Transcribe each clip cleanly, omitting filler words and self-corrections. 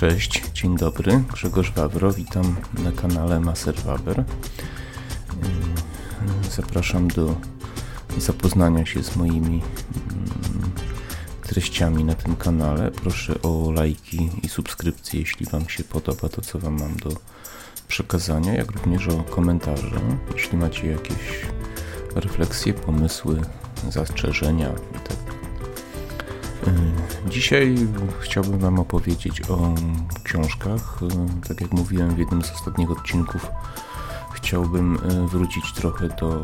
Cześć, dzień dobry, Grzegorz Wawro, witam na kanale Maser Wawer. Zapraszam do zapoznania się z moimi treściami na tym kanale. Proszę o lajki i subskrypcje, jeśli Wam się podoba to, co Wam mam do przekazania, jak również o komentarze, jeśli macie jakieś refleksje, pomysły, zastrzeżenia itd. Dzisiaj chciałbym Wam opowiedzieć o książkach. Tak jak mówiłem w jednym z ostatnich odcinków, chciałbym wrócić trochę do...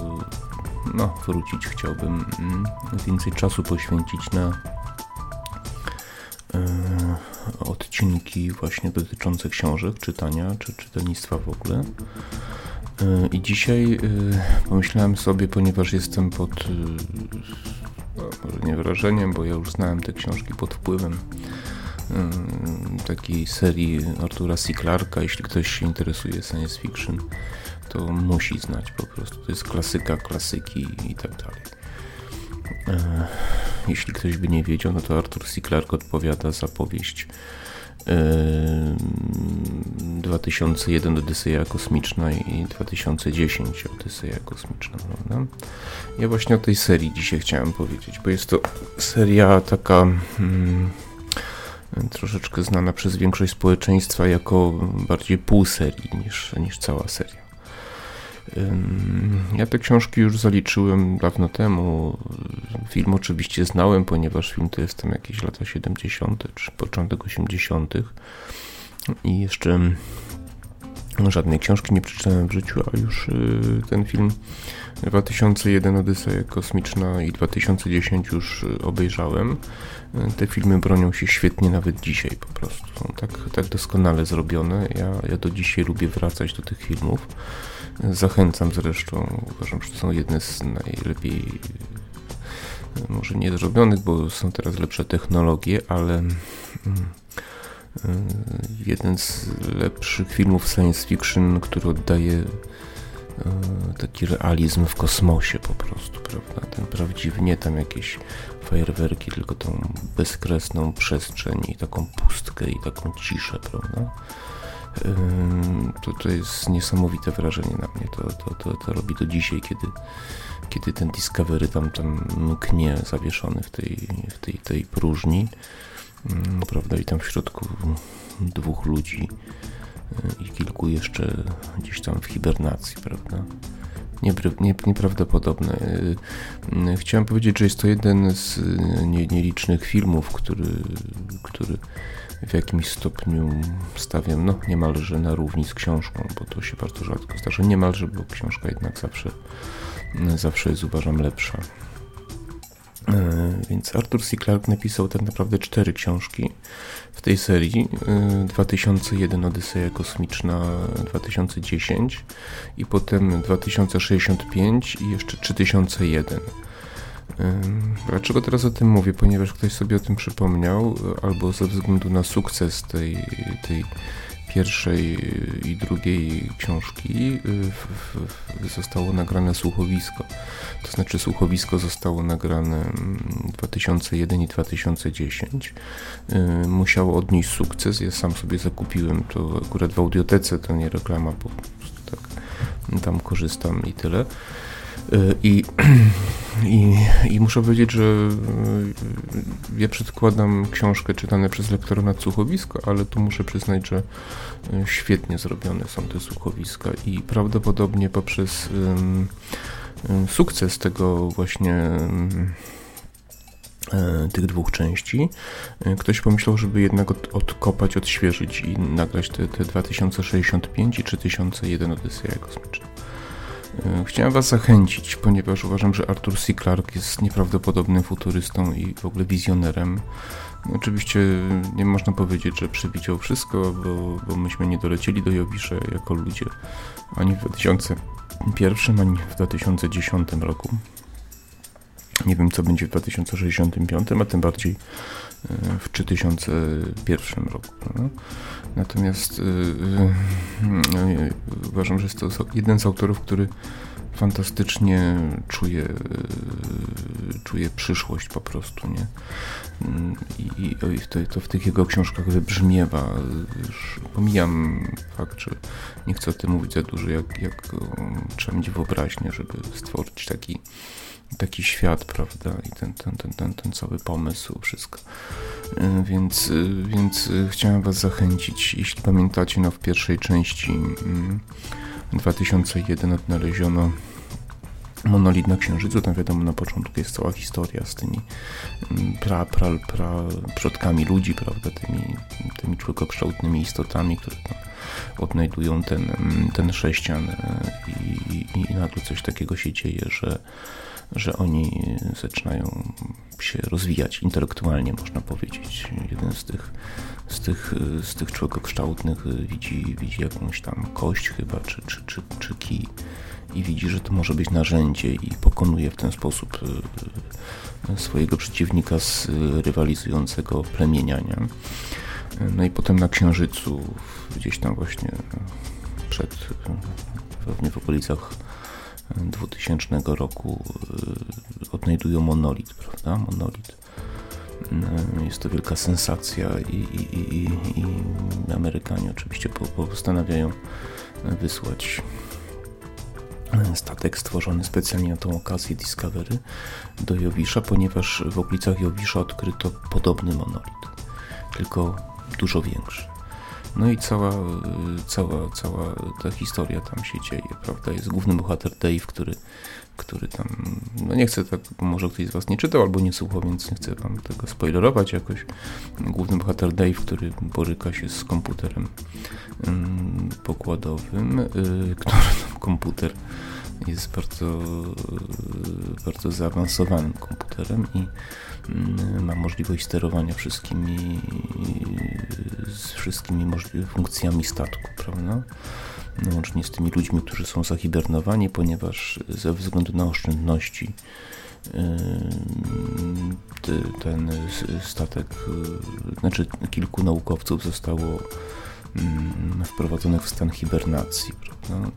chciałbym więcej czasu poświęcić na odcinki właśnie dotyczące książek, czytania czy czytelnictwa w ogóle. I dzisiaj pomyślałem sobie, ponieważ jestem pod... może nie wrażeniem, bo ja już znałem te książki pod wpływem takiej serii Artura C. Clarke'a. Jeśli ktoś się interesuje science fiction, to musi znać po prostu. To jest klasyka, klasyki i tak dalej. Jeśli ktoś by nie wiedział, no to Arthur C. Clarke odpowiada za powieść 2001 Odyseja Kosmiczna i 2010 Odyseja Kosmiczna, prawda? Ja właśnie o tej serii dzisiaj chciałem powiedzieć, bo jest to seria taka troszeczkę znana przez większość społeczeństwa jako bardziej pół serii niż cała seria. Ja te książki już zaliczyłem dawno temu. Film oczywiście znałem, ponieważ film to jest tam jakieś lata 70. czy początek 80. I jeszcze żadnej książki nie przeczytałem w życiu, a już ten film 2001 Odyseja Kosmiczna i 2010 już obejrzałem. Te filmy bronią się świetnie nawet dzisiaj po prostu. Są tak doskonale zrobione. Ja do dzisiaj lubię wracać do tych filmów. Zachęcam zresztą. Uważam, że to są jedne z najlepiej, może nie zrobionych, bo są teraz lepsze technologie, ale jeden z lepszych filmów science fiction, który oddaje taki realizm w kosmosie po prostu, prawda? Ten prawdziwy, nie tam jakieś fajerwerki, tylko tą bezkresną przestrzeń i taką pustkę i taką ciszę, prawda? To jest niesamowite wrażenie na mnie. To robi do dzisiaj, kiedy ten Discovery tam mknie zawieszony w tej próżni, prawda? I tam w środku dwóch ludzi i kilku jeszcze gdzieś tam w hibernacji, prawda? Nieprawdopodobne. Chciałem powiedzieć, że jest to jeden z nielicznych filmów, który w jakimś stopniu stawiam niemalże na równi z książką, bo to się bardzo rzadko zdarza. Niemalże, bo książka jednak zawsze jest, uważam, lepsza. Więc Arthur C. Clarke napisał tak naprawdę 4 książki w tej serii. 2001 Odyseja Kosmiczna, 2010 i potem 2065 i jeszcze 3001. Dlaczego teraz o tym mówię? Ponieważ ktoś sobie o tym przypomniał, albo ze względu na sukces tej pierwszej i drugiej książki zostało nagrane słuchowisko. To znaczy słuchowisko zostało nagrane 2001 i 2010. Musiało odnieść sukces. Ja sam sobie zakupiłem to akurat w audiotece, to nie reklama, po prostu tak tam korzystam i tyle. I muszę powiedzieć, że ja przedkładam książkę czytane przez lektora nad słuchowisko, ale tu muszę przyznać, że świetnie zrobione są te słuchowiska i prawdopodobnie poprzez sukces tego właśnie tych 2 części ktoś pomyślał, żeby jednak odkopać, odświeżyć i nagrać te 2065 i 3001 Odyseja Kosmiczna. Chciałem Was zachęcić, ponieważ uważam, że Arthur C. Clarke jest nieprawdopodobnym futurystą i w ogóle wizjonerem. Oczywiście nie można powiedzieć, że przewidział wszystko, bo myśmy nie dolecieli do Jowisza jako ludzie ani w 2001, ani w 2010 roku. Nie wiem, co będzie w 2065, a tym bardziej w 3001 roku. No? Natomiast uważam, że jest to jeden z autorów, który fantastycznie czuje przyszłość po prostu, nie? I to w tych jego książkach wybrzmiewa. Już pomijam fakt, że nie chcę o tym mówić za dużo, jak trzeba mieć wyobraźnię, żeby stworzyć taki świat, prawda, i ten cały pomysł, wszystko. Więc chciałem was zachęcić, jeśli pamiętacie, w pierwszej części 2001 odnaleziono monolit na Księżycu. Tam wiadomo, na początku jest cała historia z tymi przodkami ludzi, prawda, tymi człowiekokształtnymi istotami, które tam odnajdują ten sześcian i nagle coś takiego się dzieje, że oni zaczynają się rozwijać intelektualnie, można powiedzieć. Jeden z tych człowiekokształtnych widzi jakąś tam kość chyba, czy kij i widzi, że to może być narzędzie i pokonuje w ten sposób swojego przeciwnika z rywalizującego plemienia, nie? No i potem na Księżycu, gdzieś tam właśnie pewnie w okolicach 2000 roku odnajdują monolit, prawda? Monolit. Jest to wielka sensacja i Amerykanie oczywiście postanawiają wysłać statek stworzony specjalnie na tą okazję, Discovery, do Jowisza, ponieważ w okolicach Jowisza odkryto podobny monolit, tylko dużo większy. No i cała ta historia tam się dzieje, prawda? Jest główny bohater Dave, który tam, no nie chcę tak, może ktoś z was nie czytał albo nie słuchał, więc nie chcę wam tego spoilerować jakoś. Główny bohater Dave, który boryka się z komputerem pokładowym, który komputer jest bardzo, bardzo zaawansowanym komputerem i ma możliwość sterowania wszystkimi funkcjami statku, prawda? Łącznie z tymi ludźmi, którzy są zahibernowani, ponieważ ze względu na oszczędności ten statek, znaczy kilku naukowców zostało wprowadzonych w stan hibernacji, prawda?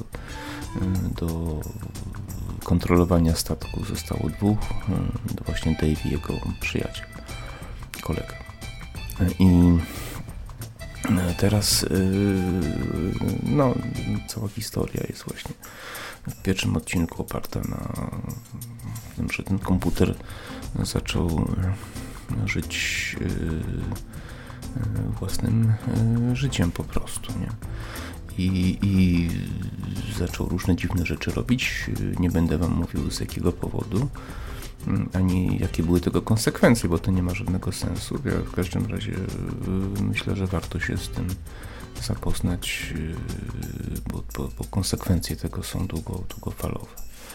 Do kontrolowania statku zostało dwóch, właśnie Dave i jego przyjaciel, kolega. I teraz no, cała historia jest właśnie w pierwszym odcinku oparta na tym, że ten komputer zaczął żyć własnym życiem po prostu, nie? I zaczął różne dziwne rzeczy robić. Nie będę wam mówił z jakiego powodu, ani jakie były tego konsekwencje, bo to nie ma żadnego sensu. Ja w każdym razie myślę, że warto się z tym zapoznać, bo konsekwencje tego są długofalowe.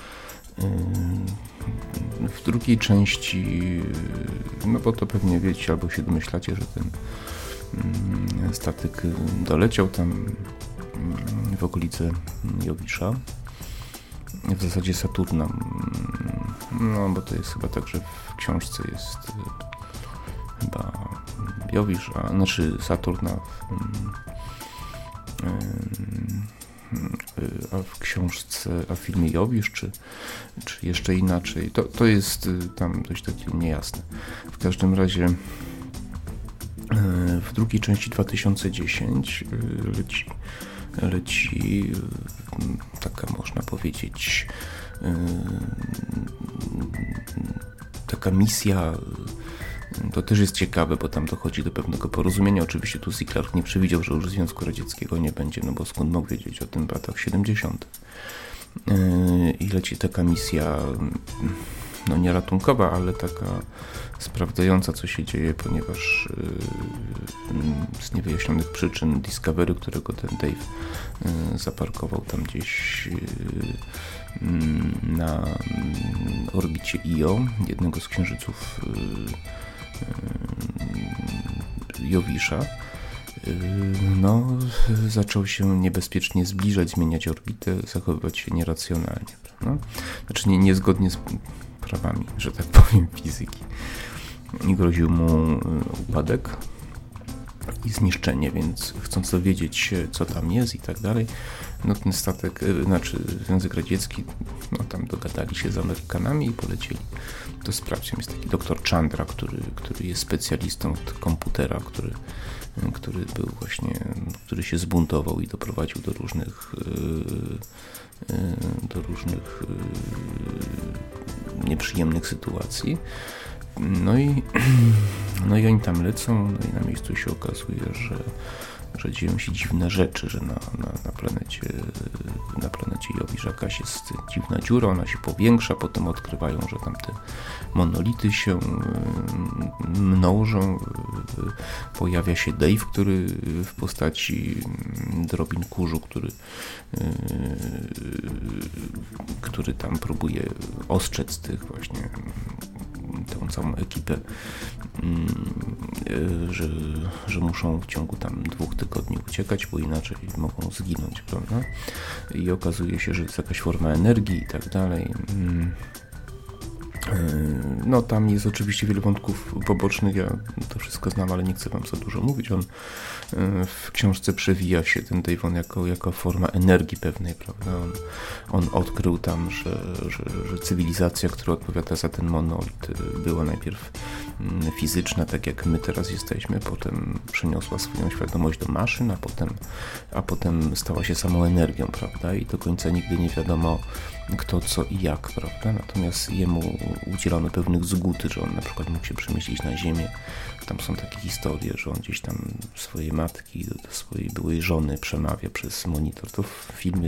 W drugiej części, no bo to pewnie wiecie albo się domyślacie, że ten statek doleciał tam w okolice Jowisza, w zasadzie Saturna, no bo to jest chyba tak, że w książce jest chyba Jowisz, znaczy Saturna, a w książce, a w filmie Jowisz, czy jeszcze inaczej, to jest tam dość takie niejasne. W każdym razie w drugiej części 2010 leci taka, można powiedzieć, taka misja. To też jest ciekawe, bo tam dochodzi do pewnego porozumienia. Oczywiście tu Ziklar nie przewidział, że już Związku Radzieckiego nie będzie, no bo skąd mógł wiedzieć o tym w latach 70. I leci taka misja, no nie ratunkowa, ale taka sprawdzająca, co się dzieje, ponieważ z niewyjaśnionych przyczyn Discovery, którego ten Dave zaparkował tam gdzieś na orbicie Io, jednego z księżyców Jowisza, no, zaczął się niebezpiecznie zbliżać, zmieniać orbitę, zachowywać się nieracjonalnie, prawda? Znaczy niezgodnie z prawami, że tak powiem, fizyki. I groził mu upadek i zniszczenie, więc chcąc dowiedzieć się, co tam jest i tak dalej, no ten statek, Związek Radziecki, no tam dogadali się z Amerykanami i polecieli to sprawdzić. Jest taki doktor Chandra, który jest specjalistą od komputera, który był właśnie, który się zbuntował i doprowadził do różnych nieprzyjemnych sytuacji. No i oni tam lecą, no i na miejscu się okazuje, że dzieją się dziwne rzeczy, że na planecie Jowisz jest dziwna dziura, ona się powiększa, potem odkrywają, że tam te monolity się mnożą, pojawia się Dave, który w postaci drobin kurzu, który tam próbuje ostrzec tych właśnie tą całą ekipę, że muszą w ciągu tam 2 tygodni uciekać, bo inaczej mogą zginąć, prawda? I okazuje się, że jest jakaś forma energii i tak dalej. No tam jest oczywiście wiele wątków pobocznych, ja to wszystko znam, ale nie chcę wam za dużo mówić. On w książce przewija się ten Davon jako forma energii pewnej, prawda? On odkrył tam, że cywilizacja, która odpowiada za ten monolit, była najpierw fizyczna, tak jak my teraz jesteśmy, potem przeniosła swoją świadomość do maszyn, a potem stała się samą energią, prawda? I do końca nigdy nie wiadomo kto, co i jak, prawda? Natomiast jemu udzielono pewnych zgód, że on na przykład mógł się przemieścić na ziemię. Tam są takie historie, że on gdzieś tam swojej matki do swojej byłej żony przemawia przez monitor. To w filmie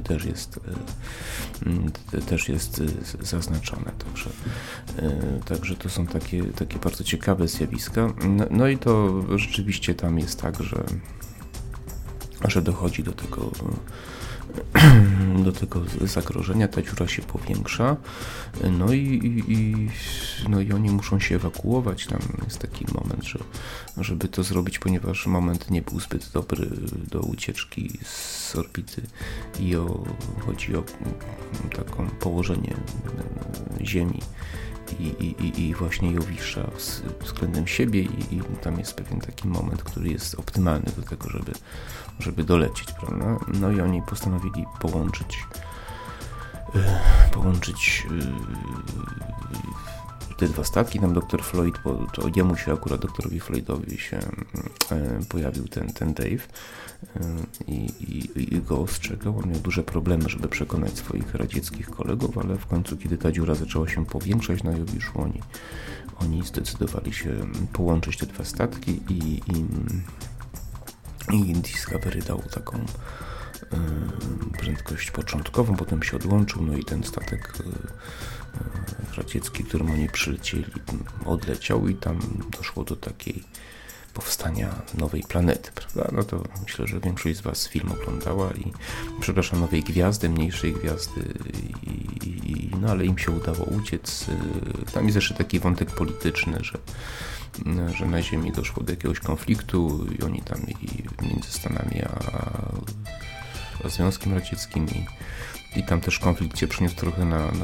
też jest zaznaczone. Także to są takie bardzo ciekawe zjawiska. No i to rzeczywiście tam jest tak, że dochodzi do tego zagrożenia, ta dziura się powiększa, no i oni muszą się ewakuować. Tam jest taki moment, żeby to zrobić, ponieważ moment nie był zbyt dobry do ucieczki z orbity i chodzi o taką położenie Ziemi i właśnie Jowisza względem siebie i tam jest pewien taki moment, który jest optymalny do tego, żeby dolecieć, prawda? No i oni postanowili połączyć te 2 statki. Tam dr Floyd, bo to jemu się akurat, doktorowi Floydowi się pojawił ten Dave i go ostrzegał. On miał duże problemy, żeby przekonać swoich radzieckich kolegów, ale w końcu, kiedy ta dziura zaczęła się powiększać na Jowiszu, oni zdecydowali się połączyć te 2 statki i Discovery dał taką prędkość początkową, potem się odłączył, no i ten statek radziecki, którym oni przylecieli, odleciał i tam doszło do takiej powstania nowej planety, prawda? No to myślę, że większość z was film oglądała nowej gwiazdy, mniejszej gwiazdy no ale im się udało uciec. Tam jest jeszcze taki wątek polityczny, że na Ziemi doszło do jakiegoś konfliktu i oni tam między Stanami a Związkiem Radzieckim i tam też konflikt się przeniósł trochę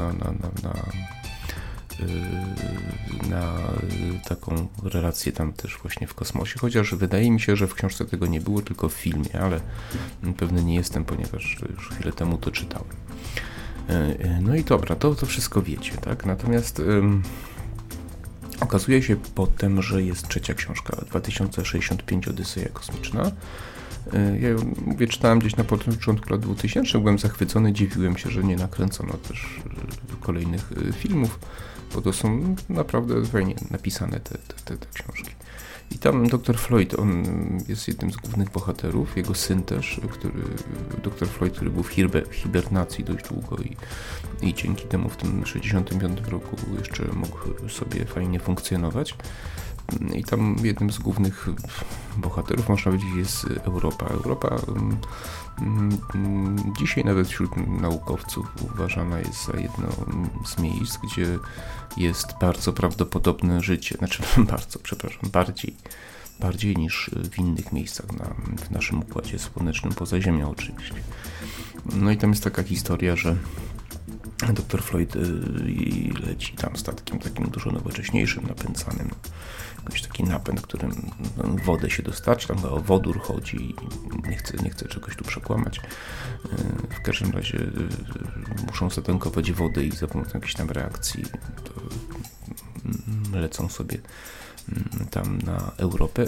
na taką relację tam też właśnie w kosmosie, chociaż wydaje mi się, że w książce tego nie było, tylko w filmie, ale pewny nie jestem, ponieważ już chwilę temu to czytałem. No i dobra, to wszystko wiecie, tak? Natomiast okazuje się potem, że jest 3. książka, 2065 Odyseja Kosmiczna. Ja ją czytałem gdzieś na początku lat 2000, byłem zachwycony, dziwiłem się, że nie nakręcono też kolejnych filmów, bo to są naprawdę fajnie napisane te książki. I tam dr Floyd, on jest jednym z głównych bohaterów, jego syn też, dr Floyd, który był w hibernacji dość długo i dzięki temu w tym 1965 roku jeszcze mógł sobie fajnie funkcjonować. I tam jednym z głównych bohaterów, można powiedzieć, jest Europa. Europa dzisiaj nawet wśród naukowców uważana jest za jedno z miejsc, gdzie jest bardzo prawdopodobne życie, bardziej niż w innych miejscach w naszym Układzie Słonecznym, poza Ziemią oczywiście. No i tam jest taka historia, że Dr. Floyd leci tam statkiem takim dużo nowocześniejszym, napędzanym. Jakiś taki napęd, którym wodę się dostarczy, tam o wodór chodzi, nie chcę czegoś tu przekłamać. W każdym razie muszą zatankować wodę i za pomocą jakiejś tam reakcji to lecą sobie tam na Europę.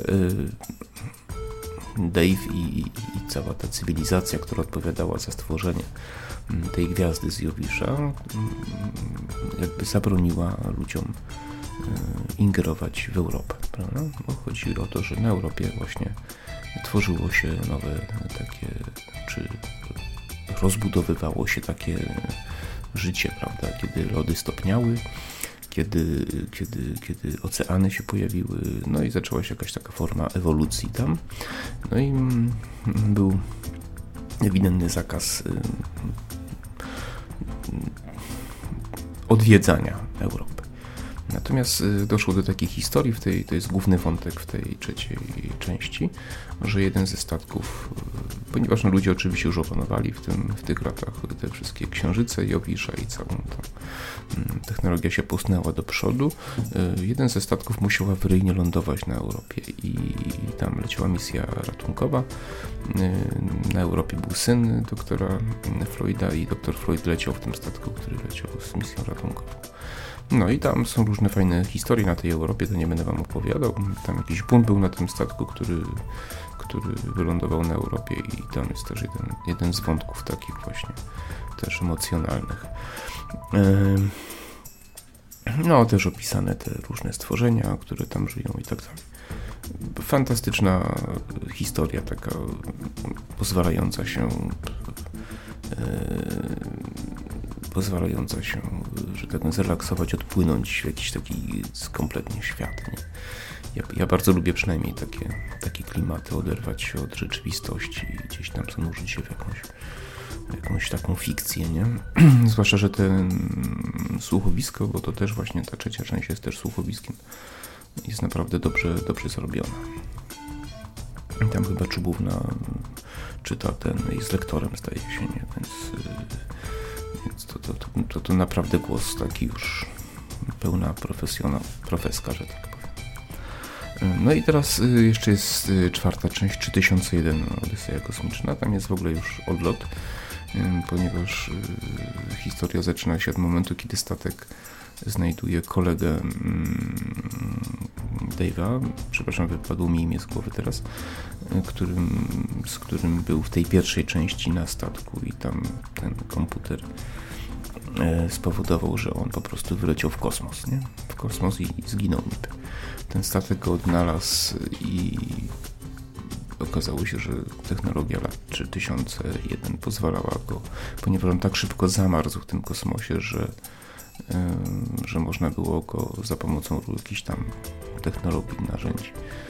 Dave i cała ta cywilizacja, która odpowiadała za stworzenie tej gwiazdy z Jowisza, jakby zabroniła ludziom ingerować w Europę, prawda? Bo chodzi o to, że na Europie właśnie tworzyło się nowe takie, czy rozbudowywało się takie życie, prawda? Kiedy lody stopniały, kiedy oceany się pojawiły, no i zaczęła się jakaś taka forma ewolucji tam. No i był ewidentny zakaz odwiedzania Europy. Natomiast doszło do takiej historii, to jest główny wątek w tej trzeciej części, że jeden ze statków, ponieważ ludzie oczywiście już opanowali w tych latach te wszystkie księżyce Jowisza i całą tą technologia się posunęła do przodu, jeden ze statków musiał awaryjnie lądować na Europie i tam leciała misja ratunkowa. Na Europie był syn doktora Floyda i doktor Floyd leciał w tym statku, który leciał z misją ratunkową. No i tam są różne fajne historie na tej Europie, to nie będę wam opowiadał. Tam jakiś bunt był na tym statku, który wylądował na Europie i tam jest też jeden z wątków takich właśnie też emocjonalnych. No też opisane te różne stworzenia, które tam żyją i tak dalej. Fantastyczna historia, taka pozwalająca się, że tak powiem, zrelaksować, odpłynąć w jakiś taki kompletnie świat. Nie? Ja bardzo lubię przynajmniej takie klimaty, oderwać się od rzeczywistości i gdzieś tam zanurzyć się w jakąś taką fikcję, nie? Zwłaszcza, że ten słuchowisko, bo to też właśnie ta trzecia część jest też słuchowiskiem, jest naprawdę dobrze zrobiona. Tam chyba Czubówna czyta jest lektorem, zdaje się, nie? Więc to naprawdę głos taki już pełna profeska, że tak powiem. No i teraz jeszcze jest czwarta część, 3001 Odyseja Kosmiczna. Tam jest w ogóle już odlot, ponieważ historia zaczyna się od momentu, kiedy statek znajduje kolegę Dave'a, przepraszam, wypadło mi imię z głowy teraz, z którym był w tej pierwszej części na statku i tam ten komputer spowodował, że on po prostu wyleciał w kosmos, nie? W kosmos i zginął niby. Ten statek go odnalazł i okazało się, że technologia lat 3001 pozwalała go, ponieważ on tak szybko zamarzł w tym kosmosie, że można było go za pomocą jakichś tam technologii, narzędzi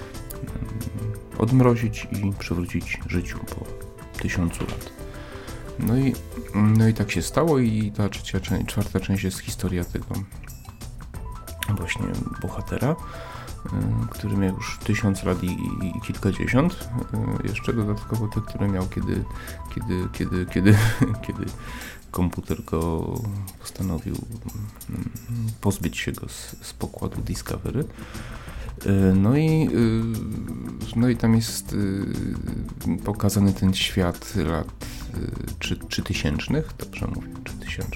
odmrozić i przywrócić życiu po 1000 lat. No i tak się stało i ta czwarta część jest historia tego właśnie bohatera, który miał już 1000 lat i kilkadziesiąt. Jeszcze dodatkowo te, które miał kiedy komputer go postanowił pozbyć się go z pokładu Discovery. No i tam jest pokazany ten świat lat 3000, dobrze mówię, 3000.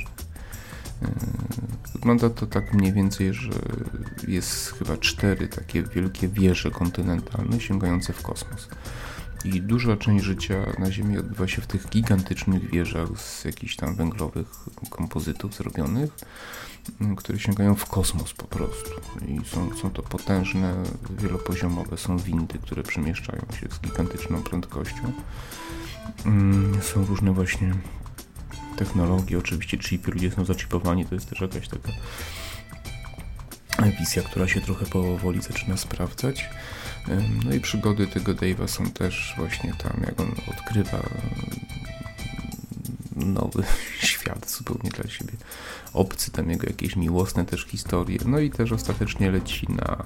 Wygląda to tak mniej więcej, że jest chyba 4 takie wielkie wieże kontynentalne sięgające w kosmos. I duża część życia na Ziemi odbywa się w tych gigantycznych wieżach z jakichś tam węglowych kompozytów zrobionych, które sięgają w kosmos po prostu. I są to potężne, wielopoziomowe, są windy, które przemieszczają się z gigantyczną prędkością. Są różne właśnie technologie, oczywiście chipy, ludzie są zaczipowani, to jest też jakaś taka wizja, która się trochę powoli zaczyna sprawdzać. No i przygody tego Dave'a są też właśnie tam, jak on odkrywa nowy świat zupełnie dla siebie, obcy, tam jego jakieś miłosne też historie, no i też ostatecznie leci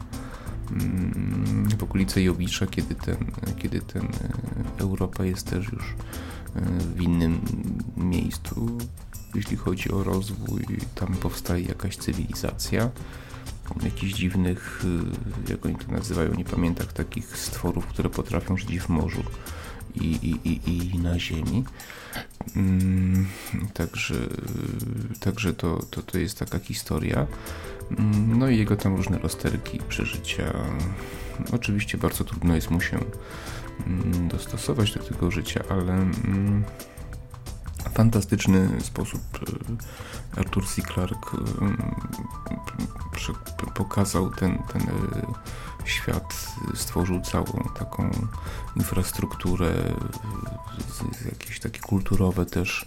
w okolice Jowisza, kiedy ten Europa jest też już w innym miejscu, jeśli chodzi o rozwój, tam powstaje jakaś cywilizacja, jakichś dziwnych, jak oni to nazywają, nie pamiętam, takich stworów, które potrafią żyć w morzu i na ziemi. Także to jest taka historia. No i jego tam różne rozterki, przeżycia. Oczywiście bardzo trudno jest mu się dostosować do tego życia, ale fantastyczny sposób Arthur C. Clarke pokazał ten świat, stworzył całą taką infrastrukturę, jakieś takie kulturowe też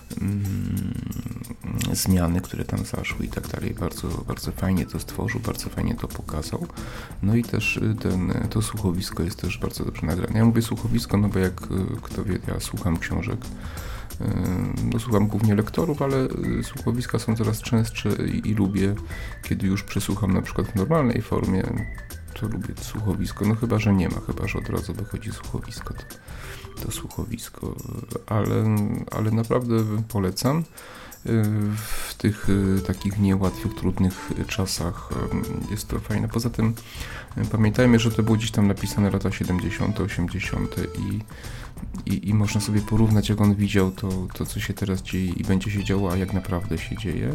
zmiany, które tam zaszły i tak dalej. Bardzo, bardzo fajnie to stworzył, bardzo fajnie to pokazał. No i też to słuchowisko jest też bardzo dobrze nagrane. Ja mówię słuchowisko, no bo jak kto wie, ja słucham książek. No, słucham głównie lektorów, ale słuchowiska są coraz częstsze i lubię, kiedy już przesłucham na przykład w normalnej formie, to lubię słuchowisko, no chyba, że nie ma, chyba, że od razu wychodzi słuchowisko, to słuchowisko, ale naprawdę polecam. W tych takich niełatwych, trudnych czasach jest to fajne. Poza tym pamiętajmy, że to było gdzieś tam napisane lata 70., 80. i można sobie porównać, jak on widział to, co się teraz dzieje i będzie się działo, a jak naprawdę się dzieje.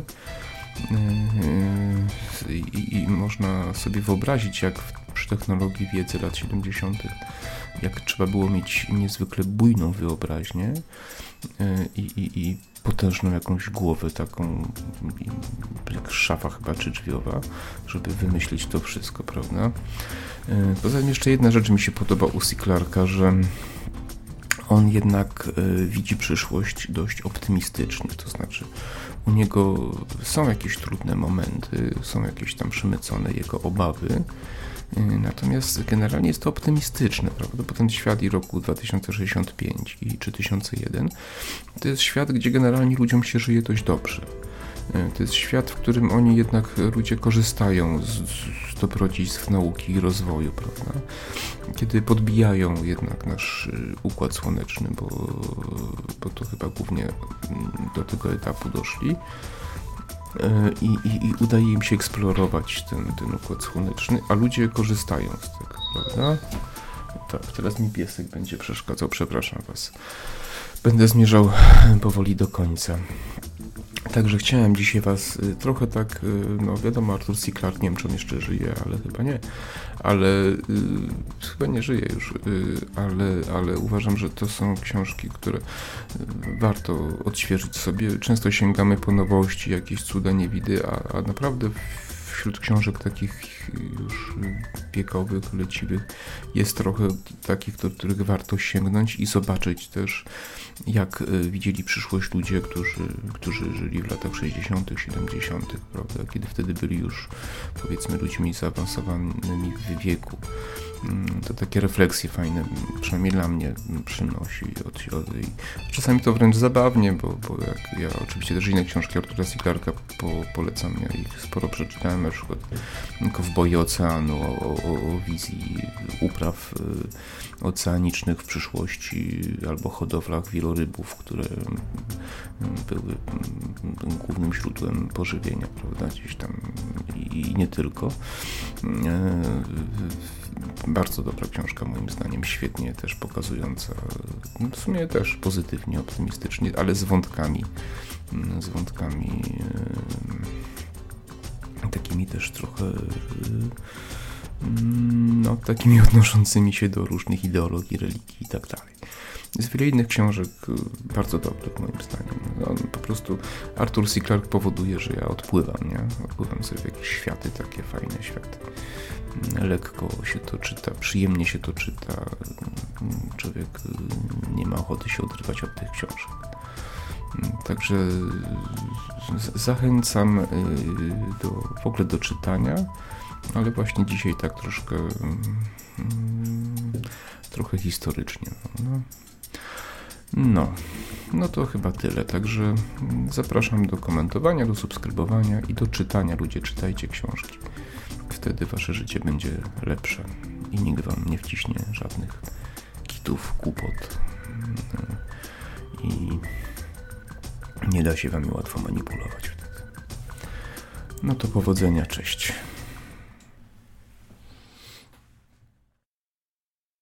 I można sobie wyobrazić, jak przy technologii wiedzy lat 70. jak trzeba było mieć niezwykle bujną wyobraźnię i potężną jakąś głowę, taką jak szafa chyba, czy drzwiowa, żeby wymyślić to wszystko, prawda? Poza tym jeszcze jedna rzecz mi się podoba u C. Clarke'a, że on jednak widzi przyszłość dość optymistycznie, to znaczy u niego są jakieś trudne momenty, są jakieś tam przemycone jego obawy, natomiast generalnie jest to optymistyczne, prawda? Bo ten świat i roku 2065 i 3001 to jest świat, gdzie generalnie ludziom się żyje dość dobrze. To jest świat, w którym oni jednak ludzie korzystają z dobrodziejstw nauki i rozwoju, prawda? Kiedy podbijają jednak nasz układ słoneczny, bo to chyba głównie do tego etapu doszli i udaje im się eksplorować ten układ słoneczny, a ludzie korzystają z tego, prawda? Tak, teraz mi piesek będzie przeszkadzał, przepraszam was. Będę zmierzał powoli do końca. Także chciałem dzisiaj was trochę tak, no wiadomo, Arthur C. Clarke, nie wiem, czy on jeszcze żyje, ale chyba nie, chyba nie żyje już, ale uważam, że to są książki, które warto odświeżyć sobie. Często sięgamy po nowości, jakieś cuda niewidy, a naprawdę wśród książek takich już wiekowych, leciwych jest trochę takich, do których warto sięgnąć i zobaczyć też, jak widzieli przyszłość ludzie, którzy żyli w latach 60., 70., prawda, kiedy wtedy byli już, powiedzmy, ludźmi zaawansowanymi w wieku. To takie refleksje fajne, przynajmniej dla mnie przynosi. Czasami to wręcz zabawnie, bo jak ja oczywiście też inne książki Artura C. Clarke'a polecam, ja ich sporo przeczytałem, na przykład Kowboje Oceanu, o wizji upraw oceanicznych w przyszłości, albo hodowlach wielorybów, które były głównym źródłem pożywienia, prawda, gdzieś tam i nie tylko. Bardzo dobra książka moim zdaniem, świetnie też pokazująca, w sumie też pozytywnie, optymistycznie, ale z wątkami takimi też trochę no, takimi odnoszącymi się do różnych ideologii, religii i tak dalej. Jest wiele innych książek bardzo dobrych moim zdaniem. On po prostu, Arthur C. Clarke powoduje, że ja odpływam, nie? Odpływam sobie w jakieś światy, takie fajne światy. Lekko się to czyta, przyjemnie się to czyta. Człowiek nie ma ochoty się odrywać od tych książek. Także zachęcam w ogóle do czytania, ale właśnie dzisiaj tak trochę historycznie. No to chyba tyle. Także zapraszam do komentowania, do subskrybowania i do czytania. Ludzie, czytajcie książki. Wtedy wasze życie będzie lepsze i nikt wam nie wciśnie żadnych kitów, głupot. Nie da się wami łatwo manipulować wtedy. No to powodzenia, cześć.